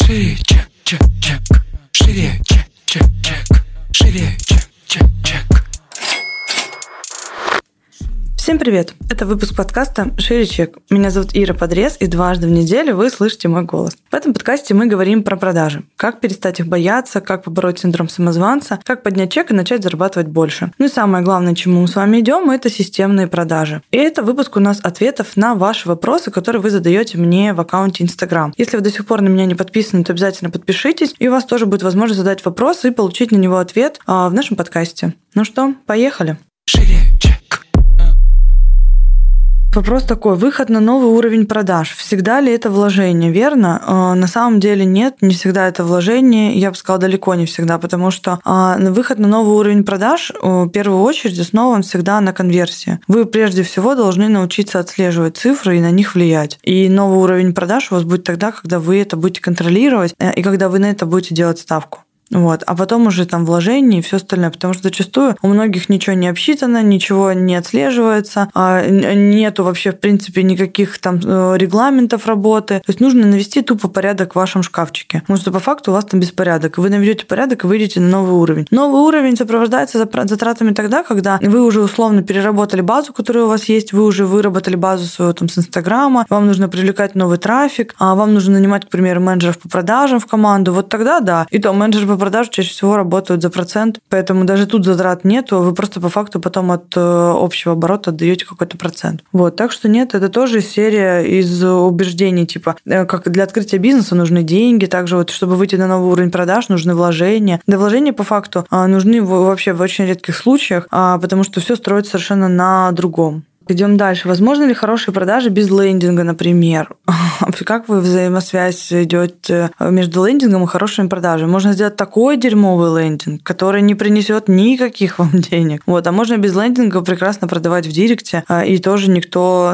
Шире, чек, чек, чек. Шире, чек, чек, чек. Шире, чек, чек, чек. Всем привет! Это выпуск подкаста «Шире чек». Меня зовут Ира Подрез, и дважды в неделю вы слышите мой голос. В этом подкасте мы говорим про продажи. Как перестать их бояться, как побороть синдром самозванца, как поднять чек и начать зарабатывать больше. Ну и самое главное, чему мы с вами идем, это системные продажи. И это выпуск у нас ответов на ваши вопросы, которые вы задаете мне в аккаунте Instagram. Если вы до сих пор на меня не подписаны, то обязательно подпишитесь, и у вас тоже будет возможность задать вопрос и получить на него ответ в нашем подкасте. Ну что, поехали! Шире, чек. Вопрос такой. Выход на новый уровень продаж. Всегда ли это вложение? Верно? На самом деле нет, не всегда это вложение. Я бы сказала, далеко не всегда, потому что выход на новый уровень продаж в первую очередь основан всегда на конверсии. Вы прежде всего должны научиться отслеживать цифры и на них влиять. И новый уровень продаж у вас будет тогда, когда вы это будете контролировать и когда вы на это будете делать ставку. Вот. А потом уже там вложения и все остальное, потому что зачастую у многих ничего не обсчитано, ничего не отслеживается, нету вообще, в принципе, никаких там регламентов работы. То есть нужно навести тупо порядок в вашем шкафчике, потому что по факту у вас там беспорядок. Вы наведете порядок и выйдете на новый уровень. Новый уровень сопровождается затратами тогда, когда вы уже условно переработали базу, которая у вас есть, вы уже выработали базу свою там с Инстаграма, вам нужно привлекать новый трафик, вам нужно нанимать, к примеру, менеджеров по продажам в команду. Вот тогда да. И то менеджеры по продажам чаще всего работают за процент, поэтому даже тут затрат нету, вы просто по факту потом от общего оборота отдаете какой-то процент. Вот, так что нет, это тоже серия из убеждений, типа, как для открытия бизнеса нужны деньги, также вот, чтобы выйти на новый уровень продаж, нужны вложения. Да, вложения по факту нужны вообще в очень редких случаях, потому что все строится совершенно на другом. Идем дальше. Возможно ли хорошие продажи без лендинга, например? Как вы взаимосвязь идет между лендингом и хорошими продажами? Можно сделать такой дерьмовый лендинг, который не принесет никаких вам денег. Вот. А можно без лендинга прекрасно продавать в директе, и тоже никто,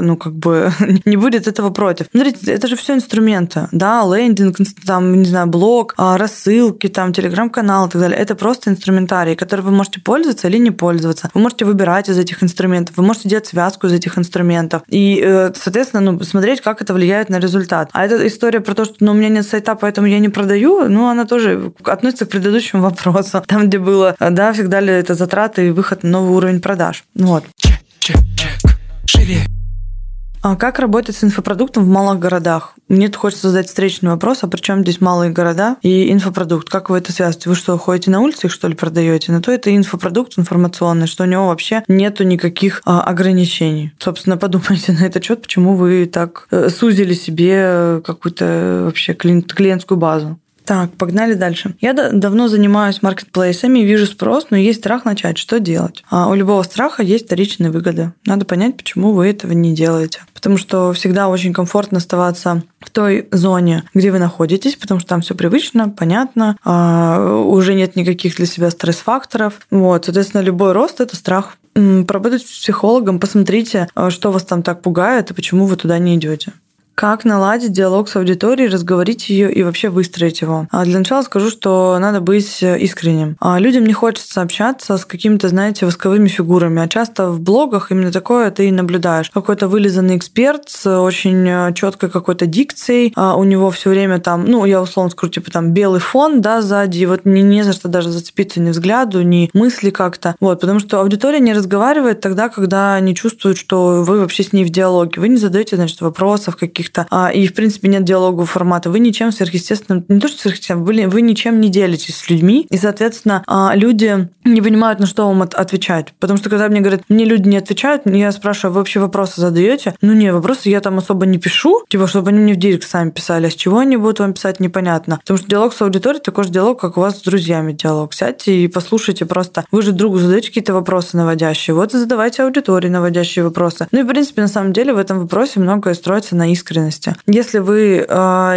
не будет этого против. Смотрите, это же все инструменты, да, лендинг, там, не знаю, блог, рассылки, там, телеграм-канал и так далее. Это просто инструментарий, который вы можете пользоваться или не пользоваться. Вы можете выбирать из этих инструментов, вы можете делать связку из этих инструментов и, соответственно, смотреть, как это влияет на результат. А эта история про то, что у меня нет сайта, поэтому я не продаю, она тоже относится к предыдущему вопросу, там, где было, да, всегда ли это затраты и выход на новый уровень продаж. Вот. Чек, чек, чек. Шире. А как работать с инфопродуктом в малых городах? Мне тут хочется задать встречный вопрос, а при чем здесь малые города и инфопродукт? Как вы это связываете? Вы что, ходите на улице их, что ли, продаете? На то это инфопродукт информационный, что у него вообще нету никаких ограничений. Собственно, подумайте на этот счет, почему вы так сузили себе какую-то вообще клиентскую базу. Так, погнали дальше. Я давно занимаюсь маркетплейсами, вижу спрос, но есть страх начать. Что делать? У любого страха есть вторичные выгоды. Надо понять, почему вы этого не делаете. Потому что всегда очень комфортно оставаться в той зоне, где вы находитесь, потому что там все привычно, понятно, уже нет никаких для себя стресс-факторов. Вот, соответственно, любой рост – это страх. Поработать с психологом, посмотрите, что вас там так пугает и почему вы туда не идете. Как наладить диалог с аудиторией, разговорить ее и вообще выстроить его? Для начала скажу, что надо быть искренним. Людям не хочется общаться с какими-то, знаете, восковыми фигурами, а часто в блогах именно такое ты и наблюдаешь. Какой-то вылизанный эксперт с очень четкой какой-то дикцией, у него все время там, я условно скажу, типа там белый фон, да, сзади, и вот не за что даже зацепиться ни взгляду, ни мысли как-то. Вот, потому что аудитория не разговаривает тогда, когда не чувствует, что вы вообще с ней в диалоге. Вы не задаете, значит, вопросов каких-то, и, в принципе, нет диалогового формата. Вы ничем сверхъестественным, не то что сверхъестественным, вы ничем не делитесь с людьми, и, соответственно, люди не понимают, на что вам отвечать. Потому что, когда мне говорят, мне люди не отвечают, я спрашиваю, вы вообще вопросы задаете? Не, вопросы я там особо не пишу, типа, чтобы они мне в директ сами писали, а с чего они будут вам писать, непонятно. Потому что диалог с аудиторией такой же диалог, как у вас с друзьями диалог. Сядьте и послушайте просто. Вы же другу задаете какие-то вопросы наводящие, вот и задавайте аудитории наводящие вопросы. И, в принципе, на самом деле в этом вопросе многое строится на искренности. Если вы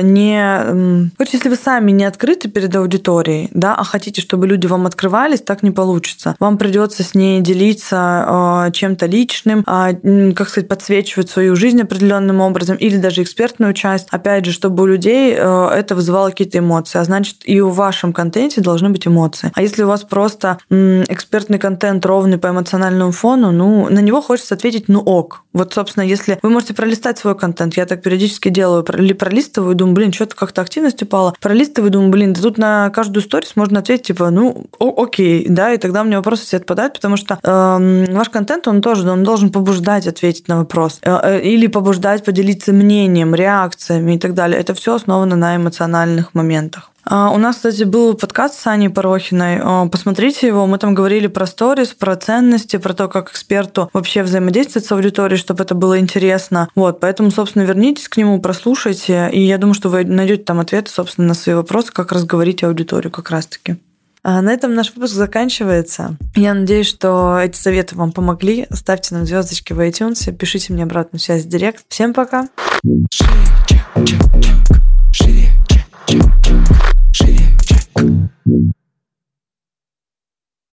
если вы сами не открыты перед аудиторией, да, а хотите, чтобы люди вам открывались, так не получится. Вам придется с ней делиться чем-то личным, подсвечивать свою жизнь определенным образом или даже экспертную часть, опять же, чтобы у людей это вызывало какие-то эмоции. А значит, и в вашем контенте должны быть эмоции. А если у вас просто экспертный контент ровный по эмоциональному фону, на него хочется ответить ок. Вот, собственно, если вы можете пролистать свой контент, я так периодически делаю. Или пролистываю, думаю, что-то как-то активность упала. Пролистываю, думаю, да тут на каждую сторис можно ответить, типа, окей, да, и тогда у меня вопросы все отпадают, потому что ваш контент, он должен побуждать ответить на вопрос. Или побуждать поделиться мнением, реакциями и так далее. Это все основано на эмоциональных моментах. У нас, кстати, был подкаст с Аней Порохиной. Посмотрите его. Мы там говорили про сторис, про ценности, про то, как эксперту вообще взаимодействовать с аудиторией, чтобы это было интересно. Поэтому, собственно, вернитесь к нему, прослушайте. И я думаю, что вы найдете там ответы, собственно, на свои вопросы, как разговорить аудиторию как раз-таки. На этом наш выпуск заканчивается. Я надеюсь, что эти советы вам помогли. Ставьте нам звездочки в iTunes, пишите мне обратную связь в директ. Всем пока! Шире, чек, чек, чек.